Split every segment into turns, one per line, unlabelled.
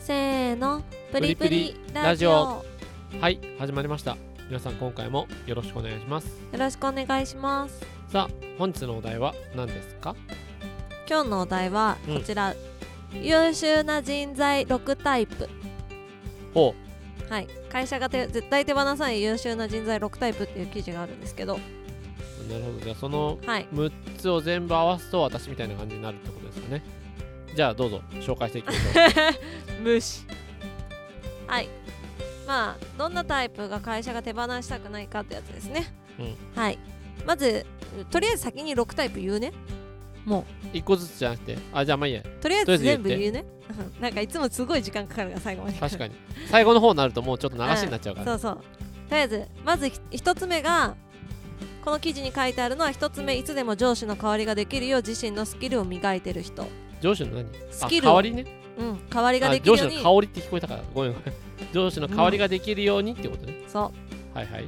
せーの、プリプリラ
ラジ
ジオ。
オ。はい、始まりました。皆さん今回もよろしくお願いします。
よろしくお願いします。
さあ、本日のお題は何ですか？
今日のお題はこちら、優秀な人材6タイプ。
ほ
はい、会社が絶対手放さない優秀な人材6タイプっていう記事があるんですけど、
う、なるほど。じゃあその
はい
6つを全部合わすと私みたいな感じになるってことですかね。じゃあどうぞ紹介していきましょ
無視。はい、まあどんなタイプが会社が手放したくないかってやつですね。はい、まずとりあえず先に6タイプ言うね。も
う。1個ずつじゃなくて、じゃあまあいいや。
うとりあえず全部
とりあ
言うね。なんかいつもすごい時間かかるから最後まで。
確かに。最後の方になるともうちょっと流しになっちゃうから、
そうそう。とりあえずまず1つ目が、この記事に書いてあるのは1つ目、いつでも上司の代わりができるよう自身のスキルを磨いてる人。
上司の何？
スキル
代わりね。
代わりができるように。
上司の香りって聞こえたからごめん。上司の代わりができるようにってことね。
そう。
はいはい。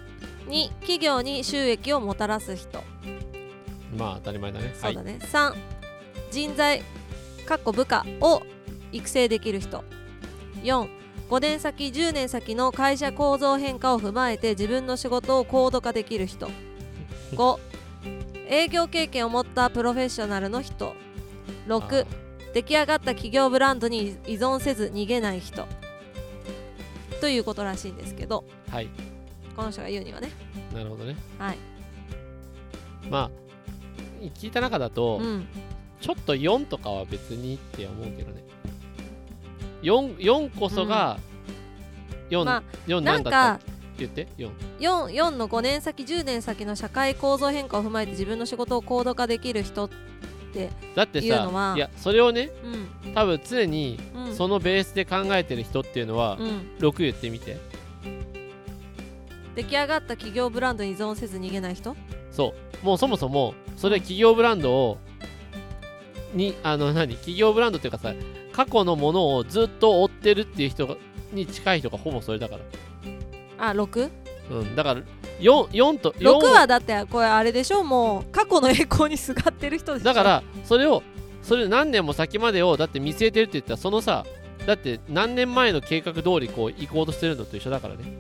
2、企業に収益をもたらす人。
まあ当たり前だね。
そうだね。3、人材部下を育成できる人。4、5年先10年先の会社構造変化を踏まえて自分の仕事を高度化できる人。5、営業経験を持ったプロフェッショナルの人。6、出来上がった企業ブランドに依存せず逃げない人ということらしいんですけど、
はい。
この人が言うにはね。
なるほどね。
はい。
まあ聞いた中だと、
うん、
ちょっと4とかは別にって思うけどね。4こそが、4、
まあ、
4
な
なんだったっ
んか
けって言って
4の5年先10年先の社会構造変化を踏まえて自分の仕事を高度化できる人って
だって
いうのは
さ、いやそれをね、
うん
多分常に
うん
そのベースで考えてる人っていうのは、
うん
6言ってみて。
出来上がった企業ブランドに依存せず逃げない人。
そうもうそもそもそれ企業ブランドを企業ブランドっていうかさ、過去のものをずっと追ってるっていう人に近い人がほぼそれだから。
6？
だから4と4
6はだってこれあれでしょ、もう過去の栄光にすがってる人でしょ。
だからそれ何年も先までをだって見据えてるって言ったら、そのさ、だって何年前の計画通りこう行こうとしてるのと一緒だからね。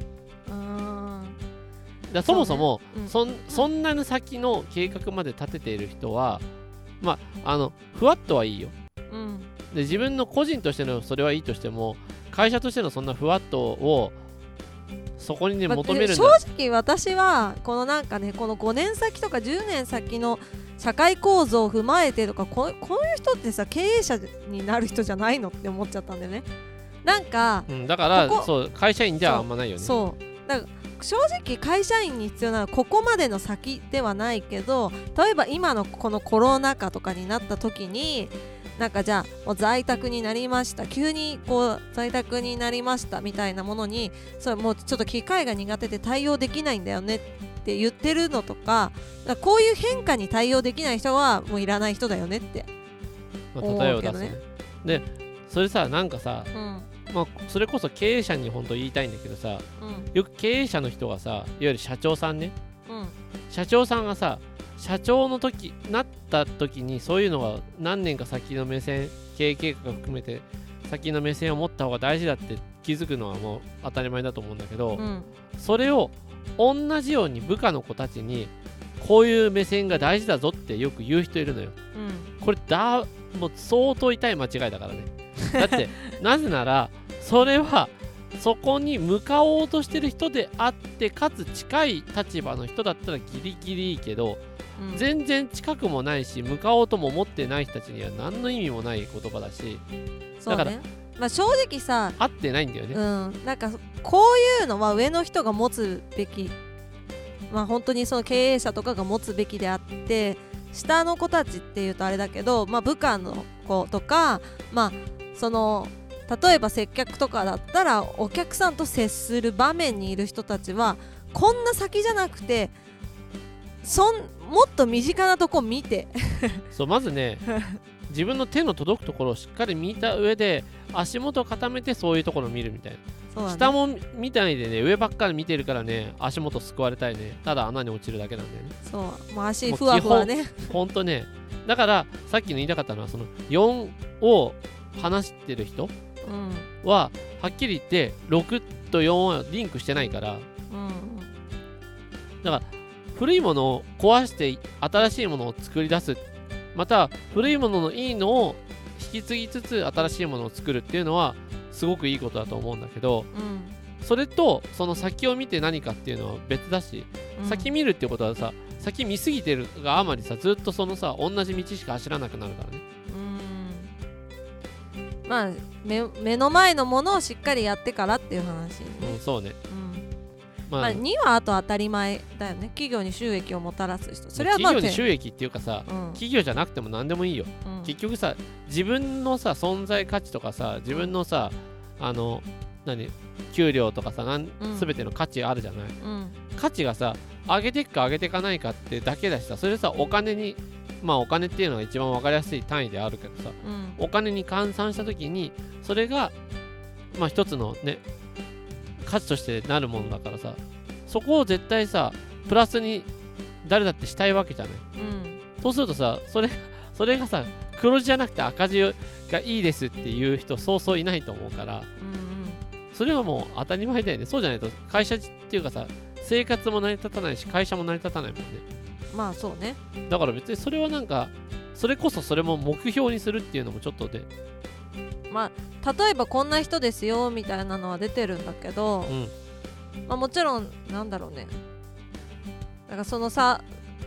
だそもそもそんなに先の計画まで立てている人は、まあふわっとはいいよ。で自分の個人としてのそれはいいとしても、会社としてのそんなふわっとをそこにね求めるんだ。
正直私はこのなんかね、この5年先とか10年先の社会構造を踏まえてとか、こういう人ってさ、経営者になる人じゃないのって思っちゃったんだよね。なんか、
だからそう会社員じゃあんまないよね。
そうだから正直会社員に必要なのはここまでの先ではないけど、例えば今のこのコロナ禍とかになった時に、なんかじゃあもう在宅になりました、急にこう在宅になりましたみたいなものに、それもうちょっと機械が苦手で対応できないんだよねって言ってるのとか、こういう変化に対応できない人はもういらない人だよねって思うけどね。
でそれさ、なんかさ、それこそ経営者に本当言いたいんだけどさ、よく経営者の人がさ、いわゆる社長さんね、社長さんがさ、社長の時なった時にそういうのが何年か先の目線、経営計画含めて先の目線を持った方が大事だって気づくのはもう当たり前だと思うんだけど、それを同じように部下の子たちにこういう目線が大事だぞってよく言う人いるのよ。これもう相当痛い間違いだからね。だってなぜならそれはそこに向かおうとしてる人であって、かつ近い立場の人だったらギリギリいいけど、全然近くもないし向かおうとも思ってない人たちには何の意味もない言葉だし、
だから、正直さ
合ってないんだよね。
なんかこういうのは上の人が持つべき、本当にその経営者とかが持つべきであって、下の子たちっていうとあれだけど、部下の子とか、その例えば接客とかだったらお客さんと接する場面にいる人たちはこんな先じゃなくて、もっと身近なとこ見て
そう、まずね自分の手の届くところをしっかり見た上で足元を固めてそういうところを見るみたいな、下も見たいでね、上ばっかり見てるからね、足元すくわれたいね、ただ穴に落ちるだけなんだよね。
そう、もう足ふわふわね。
ほんとね、だからさっきの言いたかったのは、その4を話してる人ははっきり言って6と4はリンクしてないから、だから古いものを壊して新しいものを作り出す、また古いもののいいのを引き継ぎつつ新しいものを作るっていうのはすごくいいことだと思うんだけど、それとその先を見て何かっていうのは別だし、先見るってことはさ、先見すぎてるがあまりさ、ずっとそのさ同じ道しか走らなくなるからね。
まあ目の前のものをしっかりやってからっていう話、ね。
そうね。
まあ2はあと当たり前だよね。企業に収益をもたらす人、それは
企業に収益っていうかさ、企業じゃなくても何でもいいよ。結局さ、自分のさ存在価値とかさ、自分のさ給料とかさ、全ての価値あるじゃない。価値がさ上げていくか上げていかないかってだけだしさ、それさお金に、お金っていうのが一番分かりやすい単位であるけどさ、お金に換算した時にそれが一つのね価値としてなるものだからさ、そこを絶対さプラスに誰だってしたいわけじゃない。そうするとさ、それがさ黒字じゃなくて赤字がいいですっていう人そうそういないと思うから、それはもう当たり前だよね。そうじゃないと会社っていうかさ、生活も成り立たないし会社も成り立たないもんね。
まあそうね。
だから別にそれはなんかそれこそそれも目標にするっていうのもちょっとで、
例えばこんな人ですよみたいなのは出てるんだけど、もちろんなんだろうね、だからそのさ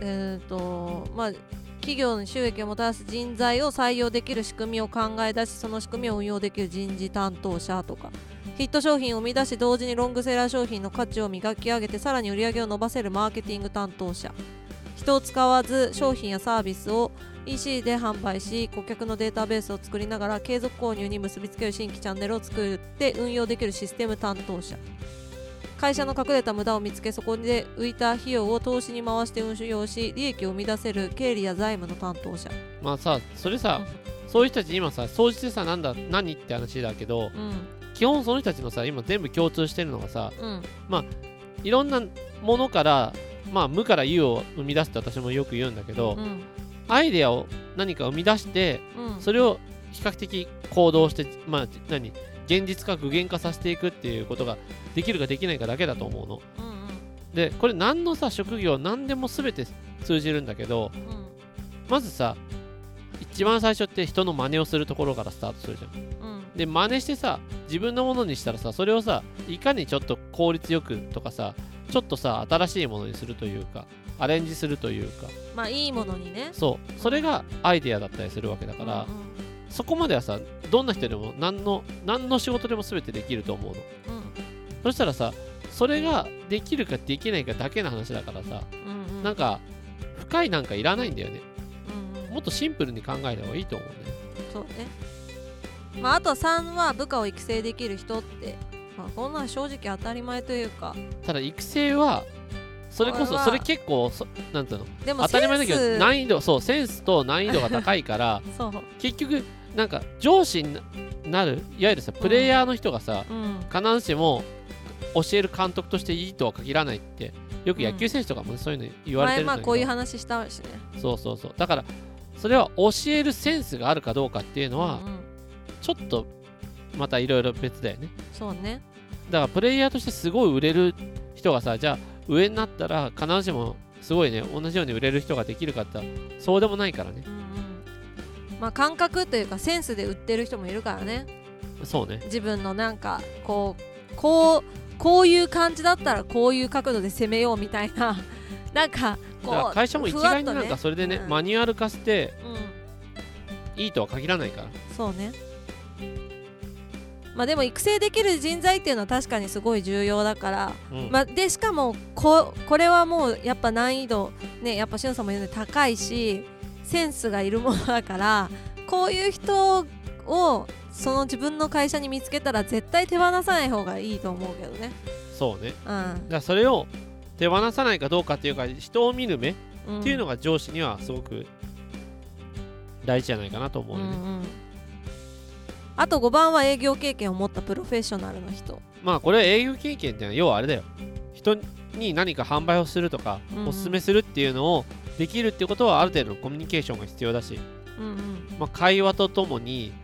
企業に収益をもたらす人材を採用できる仕組みを考え出し、その仕組みを運用できる人事担当者とか、ヒット商品を生み出し同時にロングセラー商品の価値を磨き上げてさらに売り上げを伸ばせるマーケティング担当者、人を使わず商品やサービスを EC で販売し顧客のデータベースを作りながら継続購入に結びつける新規チャンネルを作って運用できるシステム担当者、会社の隠れた無駄を見つけそこで浮いた費用を投資に回して運用し利益を生み出せる経理や財務の担当者。
それさ、そういう人たち今さ総じてさ何って話だけど、基本その人たちのさ今全部共通してるのがさ、いろんなものから無から有を生み出すって私もよく言うんだけど、アイデアを何か生み出して、それを比較的行動して現実化具現化させていくっていうことができるかできないかだけだと思うの。でこれ何のさ職業何でも全て通じるんだけど、まずさ一番最初って人の真似をするところからスタートするじゃん。で真似してさ自分のものにしたらさ、それをさいかにちょっと効率よくとかさ、ちょっとさ新しいものにするというかアレンジするというか、
いいものにね。
それがアイデアだったりするわけだから、そこまではさどんな人でも何の仕事でも全てできると思うの。そしたらさそれができるかできないかだけの話だからさ、なんか深いなんかいらないんだよね。もっとシンプルに考えた方がいいと思うね。
そうね。あとは3は部下を育成できる人って、こんなん正直当たり前というか、
ただ育成はそれこそそれ結構なんていうの、
でも
当たり前だけど難易度センスと難易度が高いから結局なんか上司になるいわゆるさプレイヤーの人がさ、必ずしも教える監督としていいとは限らないってよく野球選手とかもそういうの言われてるんだけど、
こういう話したしね。
そうだからそれは教えるセンスがあるかどうかっていうのは、ちょっとまたいろいろ別だよね。
そうね。
だからプレイヤーとしてすごい売れる人がさ、じゃあ上になったら必ずしもすごいね同じように売れる人ができるかってそうでもないからね。
感覚というかセンスで売ってる人もいるからね。
そうね。
自分のなんかこういう感じだったらこういう角度で攻めようみたいななんかこう
会社も一概になんかそれでね、マニュアル化していいとは限らないから。
そうね。でも育成できる人材っていうのは確かにすごい重要だから、でしかもこれはもうやっぱ難易度ね、やっぱしゅんさんも言うように高いしセンスがいるものだから、こういう人をその自分の会社に見つけたら絶対手放さない方がいいと思うけどね。
そうね。だからそれを手放さないかどうかっていうか、人を見る目っていうのが上司にはすごく大事じゃないかなと思うよね。
あと5番は営業経験を持ったプロフェッショナルの人。
これ営業経験っていうのは要はあれだよ、人に何か販売をするとか、おすすめするっていうのをできるっていうことはある程度のコミュニケーションが必要だし、会話とともに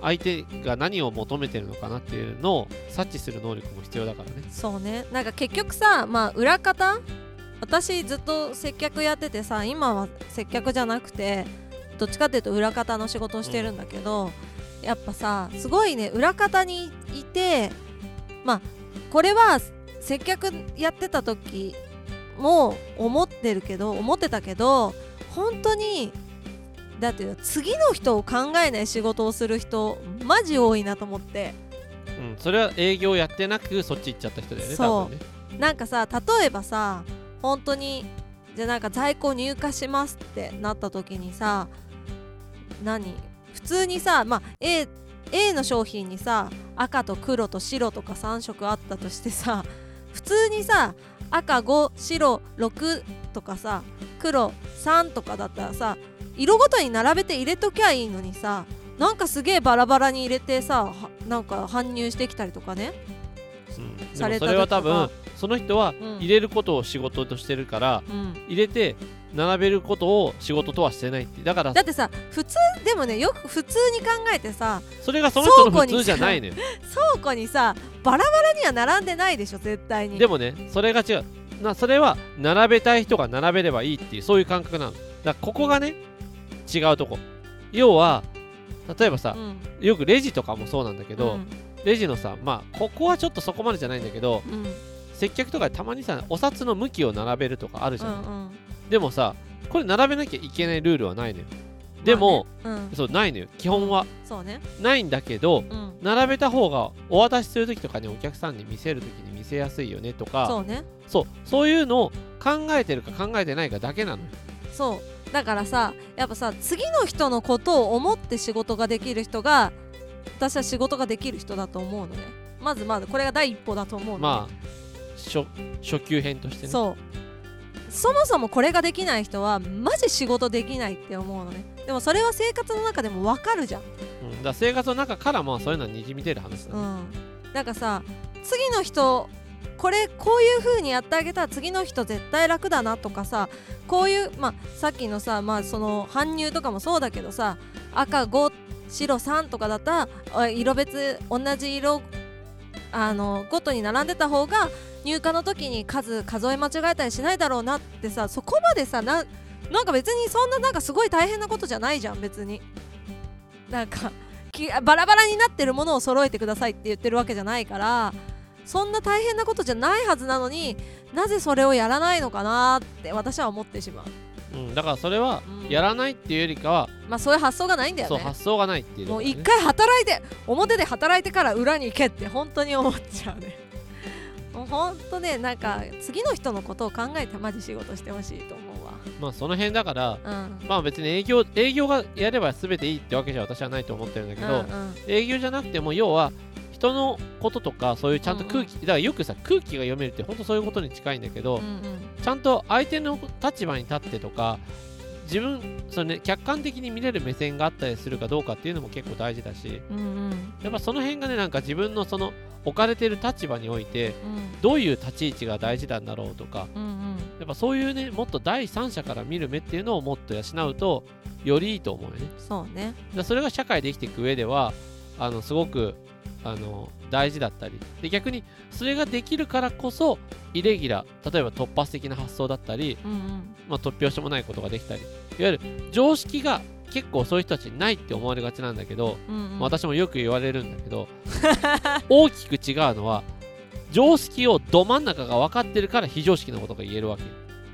相手が何を求めてるのかなっていうのを察知する能力も必要だからね。
そうね、なんか結局さ、まあ裏方、私ずっと接客やっててさ、今は接客じゃなくてどっちかっていうと裏方の仕事をしてるんだけど、やっぱさすごいね、裏方にいて、まあこれは接客やってた時も思ってたけど、本当にだって次の人を考えない仕事をする人マジ多いなと思って。
それは営業やってなくそっち行っちゃった人だよね。
そう
多分ね。
なんかさ、例えばさ、本当にじゃあなんか在庫入荷しますってなった時にさ、普通にさ、まあ A の商品にさ赤と黒と白とか3色あったとしてさ、普通にさ赤5白6とかさ黒3とかだったらさ、色ごとに並べて入れときゃいいのにさ、なんかすげえバラバラに入れてさ、なんか搬入してきたりとかね、
された時とか。でもそれは多分その人は入れることを仕事としてるから、入れて並べることを仕事とはしてないって。だって
さ、普通でもね、よく普通に考えてさ、
それがその人の普通じゃないのよ。
倉庫にさバラバラには並んでないでしょ絶対に。
でもね、それが違う。それは並べたい人が並べればいいっていう、そういう感覚なの。だからここがね違うとこ。要は例えばさ、よくレジとかもそうなんだけど、レジのさ、まあここはちょっとそこまでじゃないんだけど、接客とかでたまにさお札の向きを並べるとかあるじゃん、でもさこれ並べなきゃいけないルールはないのよ。でも、そうないのよ基本は、
そうね、
ないんだけど、並べた方がお渡しする時とかにお客さんに見せる時に見せやすいよねとか、そういうのを考えてるか考えてないかだけなのよ。
そうだからさ、やっぱさ次の人のことを思って仕事ができる人が、私は仕事ができる人だと思うのね。まずこれが第一歩だと思うのね。
まあ初級編としてね。
そもそもこれができない人はマジ仕事できないって思うのね。でもそれは生活の中でも分かるじゃん、
だから生活の中からまあそういうのはにじみ出る話だね。
なんかさ、次の人こういう風にやってあげたら次の人絶対楽だなとかさ、こういうさっきのさ、その搬入とかもそうだけどさ、赤5白3とかだったら色別同じ色ごとに並んでた方が入荷の時に数え間違えたりしないだろうなってさ、そこまでさなんか別にそんななんかすごい大変なことじゃないじゃん別に。なんかバラバラになってるものを揃えてくださいって言ってるわけじゃないから、そんな大変なことじゃないはずなのに、なぜそれをやらないのかなって私は思ってしまう。
だからそれはやらないっていうよりかは、
そういう発想がないんだよね。
そう発想がないっていう、
もう一回働いて、表で働いてから裏に行けって本当に思っちゃうね。もう本当ね、なんか次の人のことを考えてマジ仕事してほしいと思うわ。
その辺だから、別に営業がやれば全ていいってわけじゃ私はないと思ってるんだけど、営業じゃなくても要は人のこととかそういうちゃんと空気、だからよくさ空気が読めるって本当そういうことに近いんだけど、ちゃんと相手の立場に立ってとか、自分客観的に見れる目線があったりするかどうかっていうのも結構大事だし、やっぱその辺がね、なんか自分のその置かれてる立場において、どういう立ち位置が大事なんだろうとか、やっぱそういうね、もっと第三者から見る目っていうのをもっと養うとよりいいと思うよね。
そうね。
それが社会で生きていく上ではすごく大事だったりで、逆にそれができるからこそイレギュラー、例えば突発的な発想だったり、突拍子もないことができたり、いわゆる常識が結構そういう人たちにないって思われがちなんだけど、私もよく言われるんだけど大きく違うのは、常識をど真ん中が分かってるから非常識なことが言えるわけ。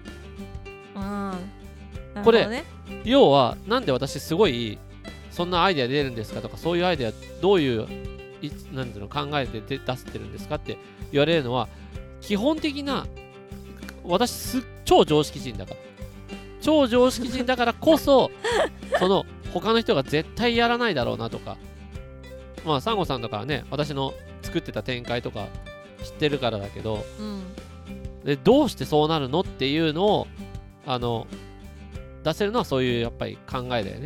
これ要はなんで私すごいそんなアイデア出るんですかとか、そういうアイデアどういうなんていうの考えて出してるんですかって言われるのは、基本的な私超常識人だからこそその他の人が絶対やらないだろうなとか、サンゴさんとかはね、私の作ってた展開とか知ってるからだけど、でどうしてそうなるのっていうのを出せるのはそういうやっぱり考えだよね。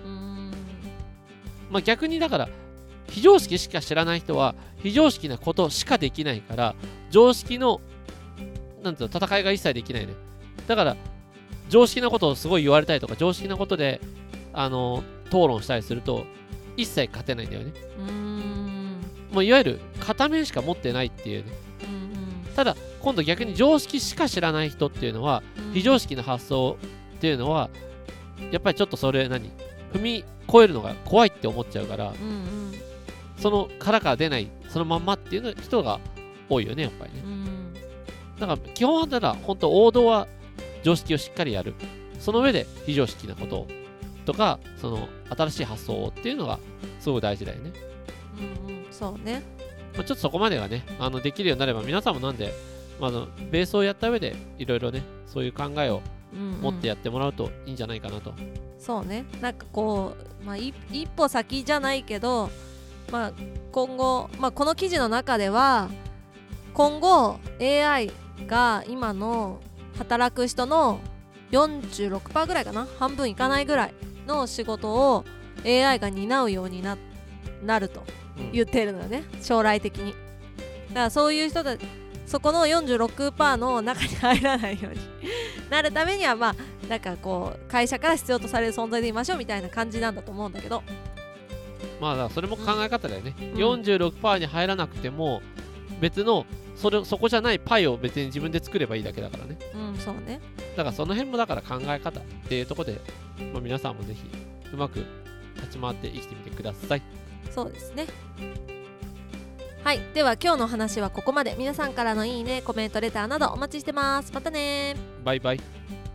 逆にだから非常識しか知らない人は非常識なことしかできないから、常識のなんていうの戦いが一切できないね。だから常識なことをすごい言われたりとか、常識なことで討論したりすると一切勝てないんだよね。もういわゆる片面しか持ってないっていうね。ただ今度逆に常識しか知らない人っていうのは、非常識な発想っていうのはやっぱりちょっとそれ踏み越えるのが怖いって思っちゃうから、その殻から出ないそのまんまっていう人が多いよね、やっぱりね。だから基本はただ本当王道は常識をしっかりやる、その上で非常識なこととかその新しい発想っていうのがすごい大事だよね。
そうね。
ちょっとそこまでがねできるようになれば、皆さんもなんでベースをやった上でいろいろねそういう考えを持ってやってもらうといいんじゃないかなと。
そうね。なんかこう、一歩先じゃないけど、今後、この記事の中では今後 AI が今の働く人の 46% ぐらいかな、半分いかないぐらいの仕事を AI が担うようになると言ってるのよね、将来的に。だからそういう人たち、そこの 46% の中に入らないようになるためにはなんかこう会社から必要とされる存在でいましょうみたいな感じなんだと思うんだけど、
だからそれも考え方だよね。46% に入らなくても別のそこじゃないパイを別に自分で作ればいいだけだからね。
そうね。
だからその辺もだから考え方っていうところで、皆さんもぜひうまく立ち回って生きてみてください。
そうですね。はい、では今日の話はここまで。皆さんからのいいね、コメント、レターなどお待ちしてます。またね。
バイバイ。